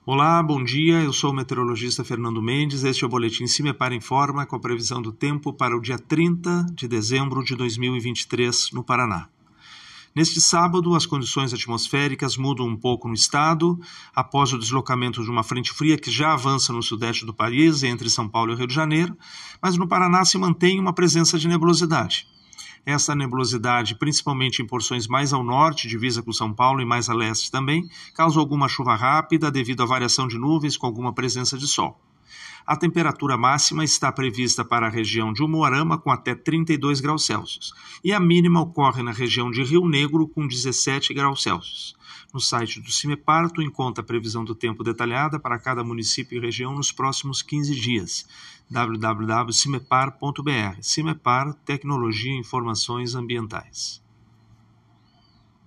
Olá, bom dia, eu sou o meteorologista Fernando Mendes, este é o Boletim Cimepar Informa com a previsão do tempo para o dia 30 de dezembro de 2023 no Paraná. Neste sábado, as condições atmosféricas mudam um pouco no estado, após o deslocamento de uma frente fria que já avança no sudeste do país, entre São Paulo e Rio de Janeiro, mas no Paraná se mantém uma presença de nebulosidade. Essa nebulosidade, principalmente em porções mais ao norte, divisa com São Paulo, e mais a leste também, causa alguma chuva rápida devido à variação de nuvens com alguma presença de sol. A temperatura máxima está prevista para a região de Umuarama com até 32 graus Celsius e a mínima ocorre na região de Rio Negro com 17 graus Celsius. No site do Cimepar, tu encontra a previsão do tempo detalhada para cada município e região nos próximos 15 dias. www.cimepar.br. Cimepar, Tecnologia e Informações Ambientais.